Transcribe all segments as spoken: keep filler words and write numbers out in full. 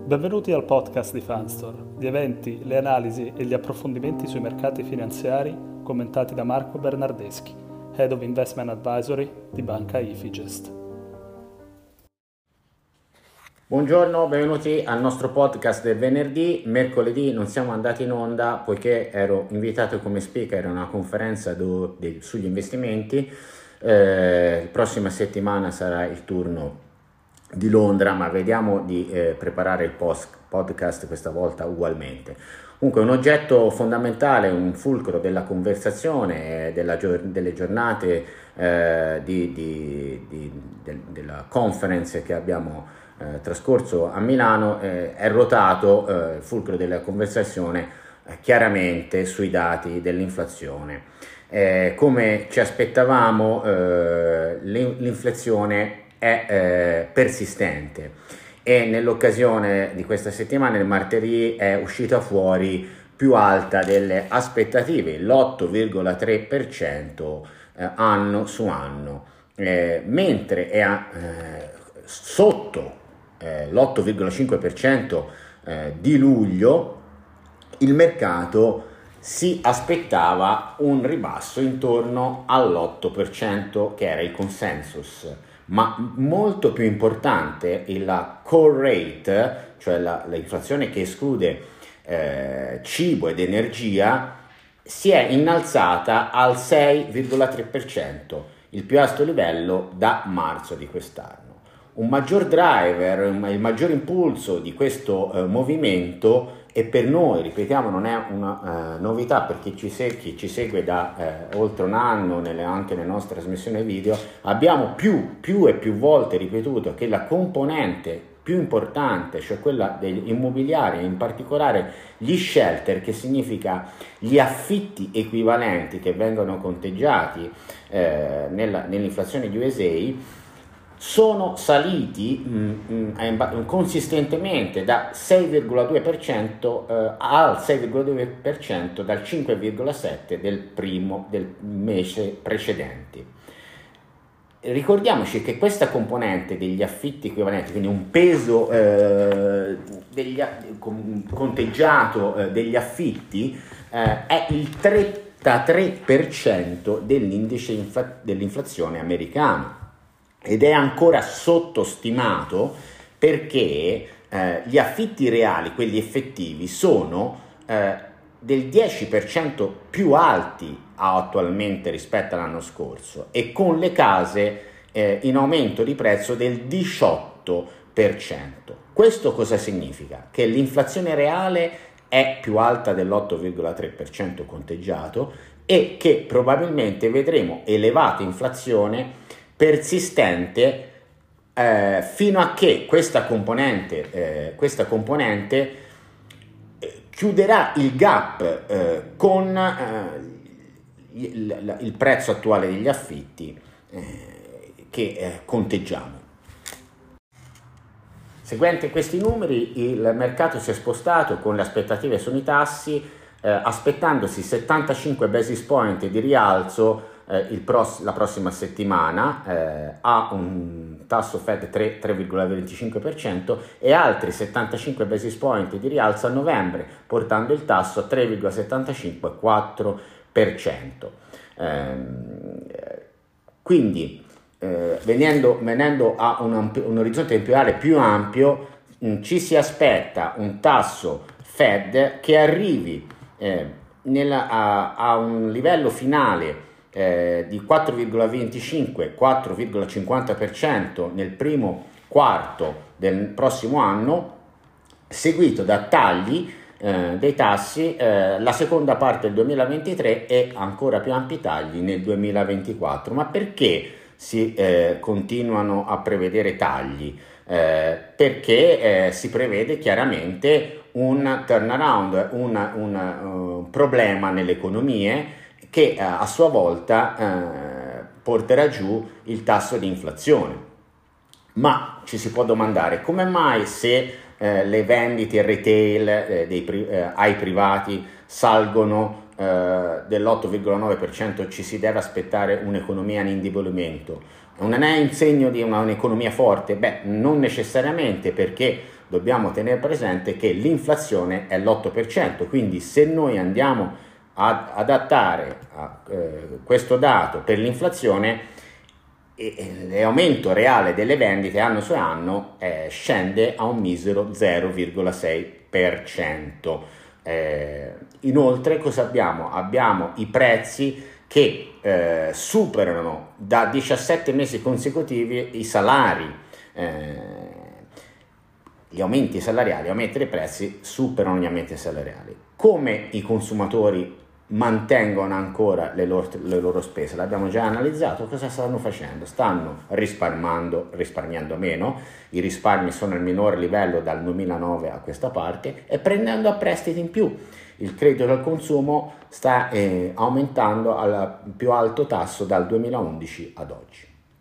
Benvenuti al podcast di Fanstore, gli eventi, le analisi e gli approfondimenti sui mercati finanziari commentati da Marco Bernardeschi, Head of Investment Advisory di Banca Ifigest. Buongiorno, benvenuti al nostro podcast del venerdì. Mercoledì non siamo andati in onda poiché ero invitato come speaker a una conferenza do, de, sugli investimenti. Eh, la prossima settimana sarà il turno di Londra, ma vediamo di eh, preparare il post podcast questa volta ugualmente. Comunque un oggetto fondamentale, un fulcro della conversazione, della, delle giornate eh, di, di, di, de, della conference che abbiamo eh, trascorso a Milano, eh, è ruotato eh, il fulcro della conversazione eh, chiaramente sui dati dell'inflazione. Eh, come ci aspettavamo, eh, l'inflazione è eh, persistente e nell'occasione di questa settimana, il martedì, è uscita fuori più alta delle aspettative, l'otto virgola tre per cento eh, anno su anno, eh, mentre è eh, sotto eh, l'otto virgola cinque per cento eh, di luglio. Il mercato si aspettava un ribasso intorno all'otto per cento che era il consensus. Ma molto più importante, la core rate, cioè la, l'inflazione che esclude eh, cibo ed energia, si è innalzata al sei virgola tre per cento, il più alto livello da marzo di quest'anno. Un maggior driver, il maggior impulso di questo eh, movimento, e per noi, ripetiamo, non è una uh, novità perché chi, se- chi ci segue da eh, oltre un anno, nelle, anche nelle nostre trasmissioni video, abbiamo più, più e più volte ripetuto che la componente più importante, cioè quella degli immobiliari, in particolare gli shelter, che significa gli affitti equivalenti che vengono conteggiati eh, nella, nell'inflazione di U S A, sono saliti mh, mh, consistentemente da sei virgola due per cento eh, al sei virgola due per cento dal cinque virgola sette per cento del primo del mese precedente. Ricordiamoci che questa componente degli affitti equivalenti, quindi un peso eh, degli, conteggiato eh, degli affitti, eh, è il trentatré per cento dell'indice infla- dell'inflazione americano. Ed è ancora sottostimato perché eh, gli affitti reali, quelli effettivi, sono eh, del dieci per cento più alti attualmente rispetto all'anno scorso, e con le case eh, in aumento di prezzo del diciotto per cento. Questo cosa significa? Che l'inflazione reale è più alta dell'otto virgola tre per cento conteggiato e che probabilmente vedremo elevata inflazione persistente eh, fino a che questa componente, eh, questa componente eh, chiuderà il gap eh, con eh, il, il prezzo attuale degli affitti eh, che eh, conteggiamo. Seguente questi numeri, il mercato si è spostato con le aspettative sui tassi, eh, aspettandosi settantacinque basis point di rialzo Eh, il pros- la prossima settimana eh, a un tasso Fed tre virgola venticinque per cento e altri settantacinque basis point di rialzo a novembre, portando il tasso a tre virgola settantacinque quattro per cento. Ehm, quindi eh, venendo, venendo a un, ampi- un orizzonte temporale più ampio, mh, ci si aspetta un tasso Fed che arrivi eh, nella, a, a un livello finale Eh, di quattro virgola venticinque quattro virgola cinquanta per cento nel primo quarto del prossimo anno, seguito da tagli eh, dei tassi eh, la seconda parte del duemilaventitré e ancora più ampi tagli nel duemilaventiquattro. Ma perché si eh, continuano a prevedere tagli? Eh, perché eh, si prevede chiaramente un turnaround, un, un uh, problema nelle economie che eh, a sua volta eh, porterà giù il tasso di inflazione. Ma ci si può domandare come mai, se eh, le vendite retail eh, dei, eh, ai privati salgono eh, dell'otto virgola nove per cento, ci si deve aspettare un'economia in indebolimento. Non è un segno di una, un'economia forte? Beh, non necessariamente, perché dobbiamo tenere presente che l'inflazione è l'otto per cento, quindi se noi andiamo ad adattare a, eh, questo dato per l'inflazione, e l'aumento reale delle vendite anno su anno eh, scende a un misero zero virgola sei per cento. Eh, inoltre cosa abbiamo? Abbiamo i prezzi che eh, superano da diciassette mesi consecutivi i salari, eh, gli aumenti salariali, aumenti dei prezzi superano gli aumenti salariali. Come i consumatori mantengono ancora le loro, le loro spese? L'abbiamo già analizzato. Cosa stanno facendo? Stanno risparmiando, risparmiando meno, i risparmi sono al minore livello dal duemilanove a questa parte, e prendendo a prestiti in più. Il credito al consumo sta eh, aumentando al più alto tasso dal duemilaundici ad oggi.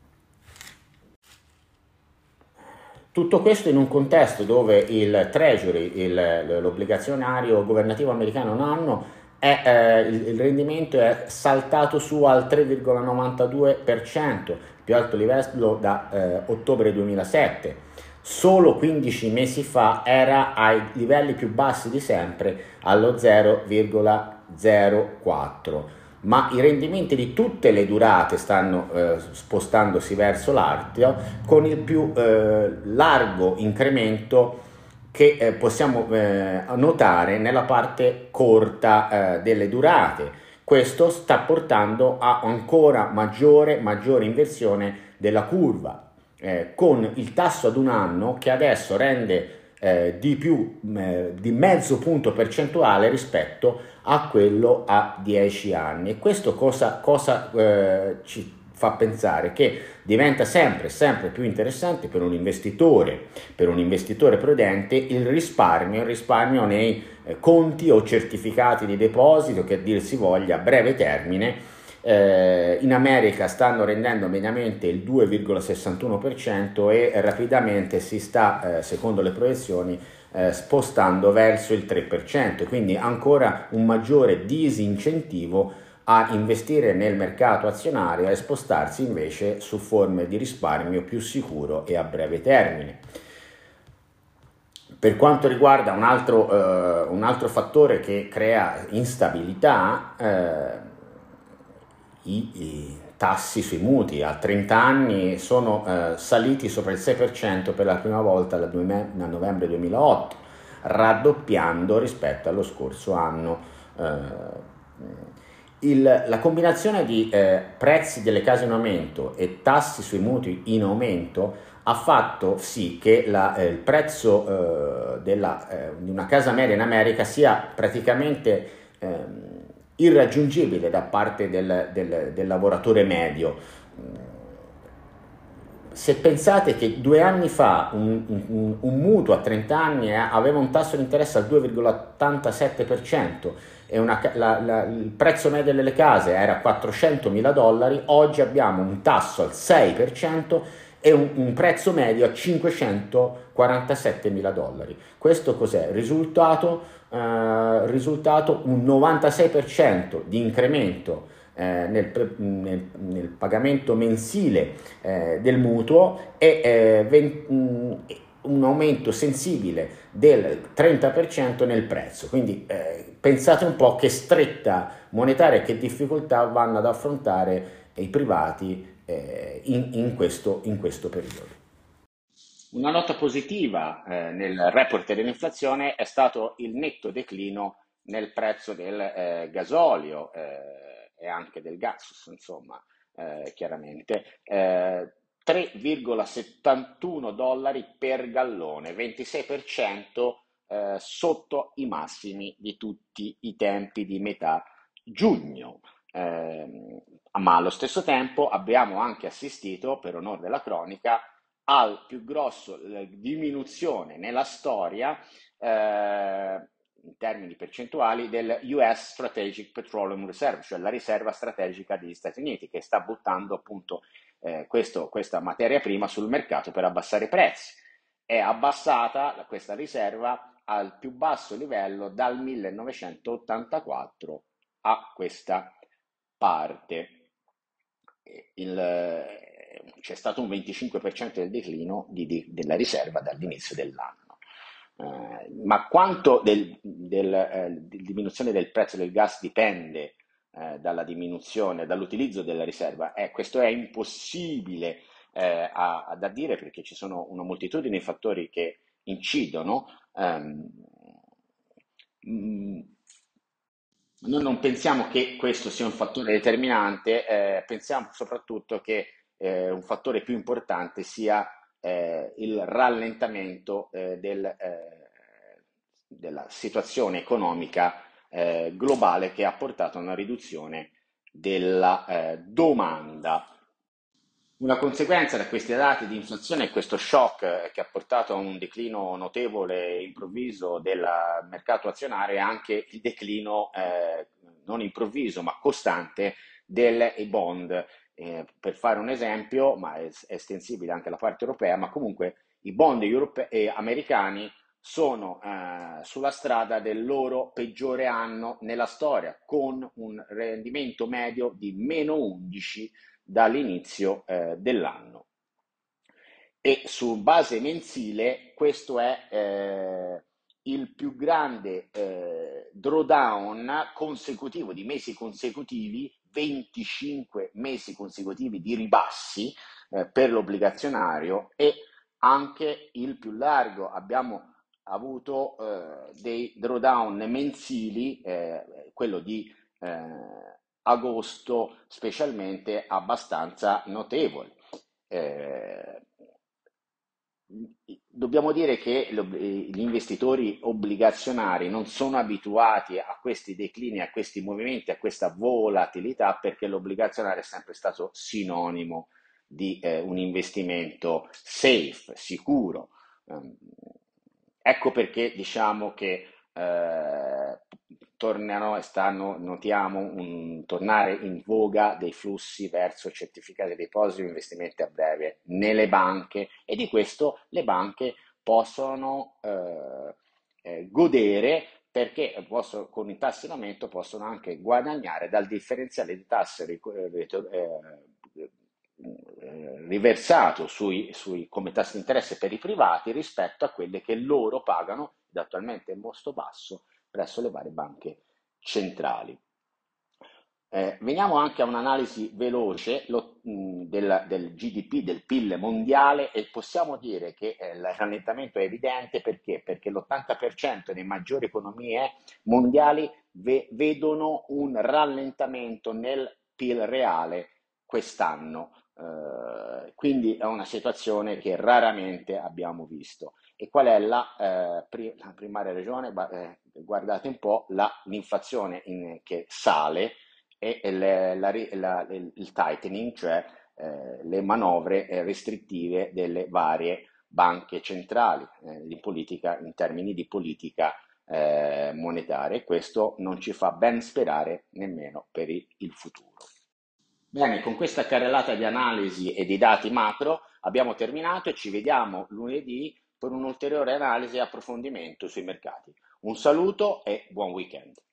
Tutto questo in un contesto dove il Treasury, il, l'obbligazionario governativo americano anno, È, eh, il, il rendimento è saltato su al tre virgola novantadue per cento, più alto livello da eh, ottobre duemilasette. Solo quindici mesi fa era ai livelli più bassi di sempre, allo zero virgola zero quattro, ma i rendimenti di tutte le durate stanno eh, spostandosi verso l'alto, con il più eh, largo incremento che eh, possiamo eh, notare nella parte corta eh, delle durate. Questo sta portando a ancora maggiore, maggiore inversione della curva, eh, con il tasso ad un anno che adesso rende eh, di più eh, di mezzo punto percentuale rispetto a quello a dieci anni. E questo cosa, cosa eh, ci fa pensare? Che diventa sempre, sempre più interessante per un investitore, per un investitore prudente, il risparmio, il risparmio nei eh, conti o certificati di deposito, che dir si voglia, a breve termine. Eh, in America stanno rendendo mediamente il due virgola sessantuno per cento e rapidamente si sta, eh, secondo le proiezioni, eh, spostando verso il tre per cento, quindi ancora un maggiore disincentivo a investire nel mercato azionario e spostarsi invece su forme di risparmio più sicuro e a breve termine. Per quanto riguarda un altro, eh, un altro fattore che crea instabilità, eh, i, i tassi sui mutui a trenta anni sono eh, saliti sopra il sei per cento per la prima volta da novembre duemilaotto, raddoppiando rispetto allo scorso anno. Eh, Il, la combinazione di eh, prezzi delle case in aumento e tassi sui mutui in aumento ha fatto sì che la, eh, il prezzo eh, della, eh, di una casa media in America sia praticamente eh, irraggiungibile da parte del, del, del lavoratore medio. Se pensate che due anni fa un, un, un mutuo a trenta anni eh, aveva un tasso di interesse al due virgola ottantasette per cento e una, la, la, il prezzo medio delle case era quattrocentomila dollari, oggi abbiamo un tasso al sei per cento e un, un prezzo medio a cinquecentoquarantasettemila dollari. Questo cos'è? Risultato, eh, risultato un novantasei per cento di incremento Eh, nel, nel, nel pagamento mensile eh, del mutuo e eh, venti, un aumento sensibile del trenta per cento nel prezzo. Quindi eh, pensate un po' che stretta monetaria e che difficoltà vanno ad affrontare i privati eh, in, in, questo, in questo periodo. Una nota positiva eh, nel report dell'inflazione è stato il netto declino nel prezzo del eh, gasolio eh, e anche del gas, insomma, eh, chiaramente, eh, tre virgola settantuno dollari per gallone, ventisei per cento eh, sotto i massimi di tutti i tempi di metà giugno. Eh, ma allo stesso tempo abbiamo anche assistito, per onore della cronaca, al più grosso eh, diminuzione nella storia eh, in termini percentuali del U S Strategic Petroleum Reserve, cioè la riserva strategica degli Stati Uniti, che sta buttando appunto eh, questo, questa materia prima sul mercato per abbassare i prezzi. È abbassata questa riserva al più basso livello dal millenovecentottantaquattro a questa parte. Il, c'è stato un venticinque per cento del declino di, di, della riserva dall'inizio dell'anno. Eh, ma quanto del, del, eh, di diminuzione del prezzo del gas dipende eh, dalla diminuzione, dall'utilizzo della riserva? Eh, questo è impossibile eh, a, a da dire, perché ci sono una moltitudine di fattori che incidono. ehm, mm, Noi non pensiamo che questo sia un fattore determinante, eh, pensiamo soprattutto che eh, un fattore più importante sia eh, il rallentamento eh, del, eh, della situazione economica eh, globale, che ha portato a una riduzione della eh, domanda. Una conseguenza da questi dati di inflazione è questo shock eh, che ha portato a un declino notevole e improvviso del mercato azionario, e anche il declino eh, non improvviso ma costante dei bond. Eh, per fare un esempio, ma è, è estensibile anche alla parte europea, ma comunque i bond europe- eh, americani sono eh, sulla strada del loro peggiore anno nella storia, con un rendimento medio di meno undici dall'inizio eh, dell'anno. E su base mensile questo è eh, il più grande eh, drawdown consecutivo, di mesi consecutivi, venticinque mesi consecutivi di ribassi eh, per l'obbligazionario, e anche il più largo. Abbiamo avuto eh, dei drawdown mensili, eh, quello di eh, agosto specialmente, abbastanza notevoli. Eh, Dobbiamo dire che gli investitori obbligazionari non sono abituati a questi declini, a questi movimenti, a questa volatilità, perché l'obbligazionario è sempre stato sinonimo di eh, un investimento safe, sicuro. Um, ecco perché diciamo che eh, tornano e stanno, notiamo un tornare in voga dei flussi verso certificati di deposito e investimenti a breve nelle banche, e di questo le banche possono eh, eh, godere, perché possono, con il tassi in aumento possono anche guadagnare dal differenziale di tasse eh, riversato sui, sui, come tassi di interesse per i privati, rispetto a quelle che loro pagano, ed attualmente è molto basso, presso le varie banche centrali. Eh, veniamo anche a un'analisi veloce lo, mh, del, del G D P, del P I L mondiale, e possiamo dire che eh, il rallentamento è evidente. Perché? Perché l'ottanta per cento delle maggiori economie mondiali ve- vedono un rallentamento nel P I L reale quest'anno. Eh, quindi è una situazione che raramente abbiamo visto. E qual è la, eh, pri- la primaria ragione? Ba- eh, guardate un po', la, l'inflazione in- che sale, e le- la ri- la- il, il tightening, cioè eh, le manovre eh, restrittive delle varie banche centrali eh, di politica, in termini di politica eh, monetaria, e questo non ci fa ben sperare nemmeno per il, il futuro. Bene, con questa carrellata di analisi e di dati macro abbiamo terminato, e ci vediamo lunedì per un'ulteriore analisi e approfondimento sui mercati. Un saluto e buon weekend.